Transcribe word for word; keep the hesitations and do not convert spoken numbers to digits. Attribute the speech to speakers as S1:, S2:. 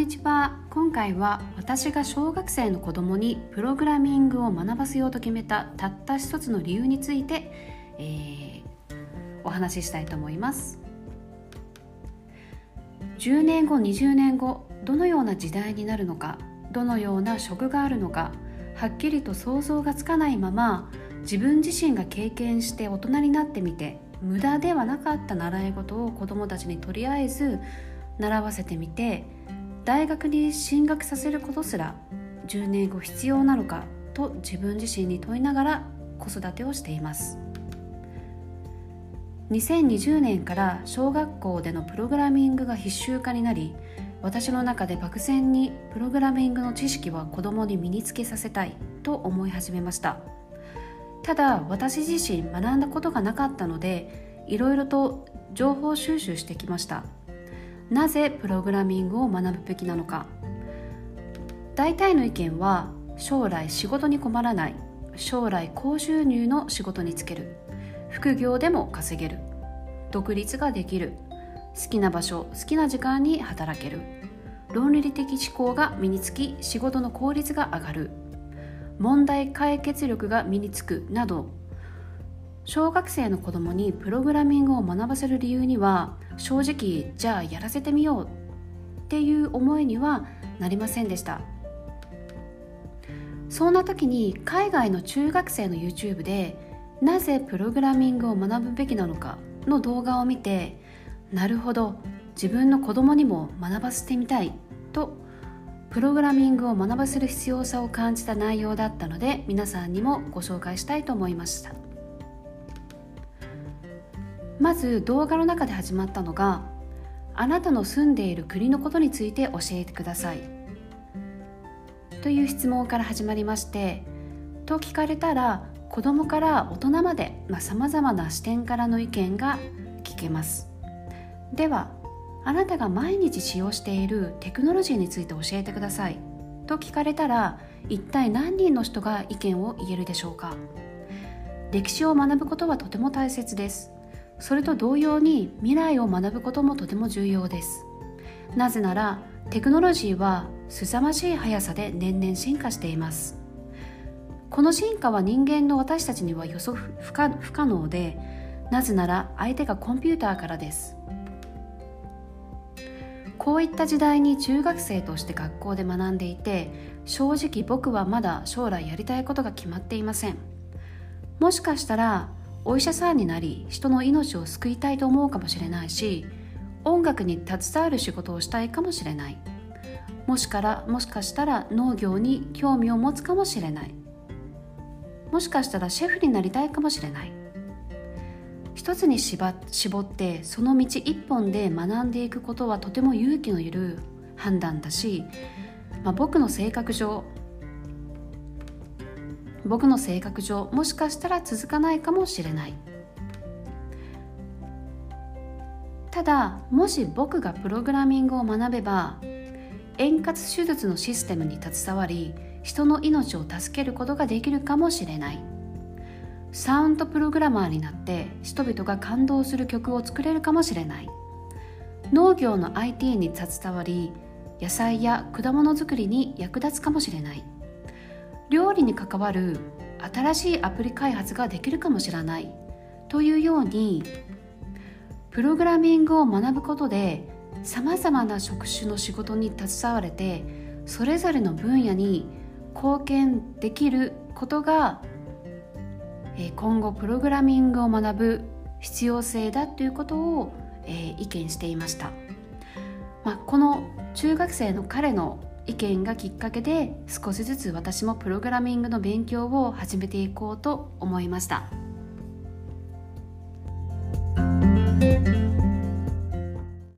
S1: にちは。今回は私が小学生の子供にプログラミングを学ばせようと決めたたった一つの理由について、えー、お話ししたいと思います。じゅうねんご、にじゅうねんご、どのような時代になるのか、どのような職があるのか、はっきりと想像がつかないまま、自分自身が経験して大人になってみて、無駄ではなかった習い事を子どもたちにとりあえず習わせてみて、大学に進学させることすらじゅうねんご必要なのかと自分自身に問いながら子育てをしています。にせんにじゅうねんから小学校でのプログラミングが必修化になり、私の中で漠然にプログラミングの知識は子どもに身につけさせたいと思い始めました。ただ私自身学んだことがなかったので、いろいろと情報収集してきました。なぜプログラミングを学ぶべきなのか。大体の意見は、将来仕事に困らない、将来高収入の仕事に就ける、副業でも稼げる、独立ができる、好きな場所好きな時間に働ける、論理的思考が身につき仕事の効率が上がる、問題解決力が身につくなど、小学生の子供にプログラミングを学ばせる理由には、正直じゃあやらせてみようっていう思いにはなりませんでした。そんな時に海外の中学生の YouTube でなぜプログラミングを学ぶべきなのかの動画を見て、なるほど、自分の子供にも学ばせてみたいとプログラミングを学ばせる必要さを感じた内容だったので、皆さんにもご紹介したいと思いました。まず動画の中で始まったのが、あなたの住んでいる国のことについて教えてくださいという質問から始まりまして、と聞かれたら子どもから大人までさまざまな視点からの意見が聞けます。では、あなたが毎日使用しているテクノロジーについて教えてくださいと聞かれたら、一体何人の人が意見を言えるでしょうか。歴史を学ぶことはとても大切です。それと同様に未来を学ぶこともとても重要です。なぜならテクノロジーは凄まじい速さで年々進化しています。この進化は人間の私たちには予測不可、不可能で、なぜなら相手がコンピューターからです。こういった時代に中学生として学校で学んでいて、正直僕はまだ将来やりたいことが決まっていません。もしかしたらお医者さんになり人の命を救いたいと思うかもしれないし、音楽に携わる仕事をしたいかもしれない。もしからもしかしたら農業に興味を持つかもしれない。もしかしたらシェフになりたいかもしれない。一つに絞ってその道一本で学んでいくことはとても勇気のいる判断だし、まあ、僕の性格上僕の性格上もしかしたら続かないかもしれない。ただ、もし僕がプログラミングを学べば、円滑手術のシステムに携わり人の命を助けることができるかもしれない。サウンドプログラマーになって人々が感動する曲を作れるかもしれない。農業の アイティー に携わり野菜や果物作りに役立つかもしれない。料理に関わる新しいアプリ開発ができるかもしれないというように、プログラミングを学ぶことでさまざまな職種の仕事に携われて、それぞれの分野に貢献できることが、今後プログラミングを学ぶ必要性だということを意見していました。まあ、この中学生の彼の意見がきっかけで、少しずつ私もプログラミングの勉強を始めていこうと思いました。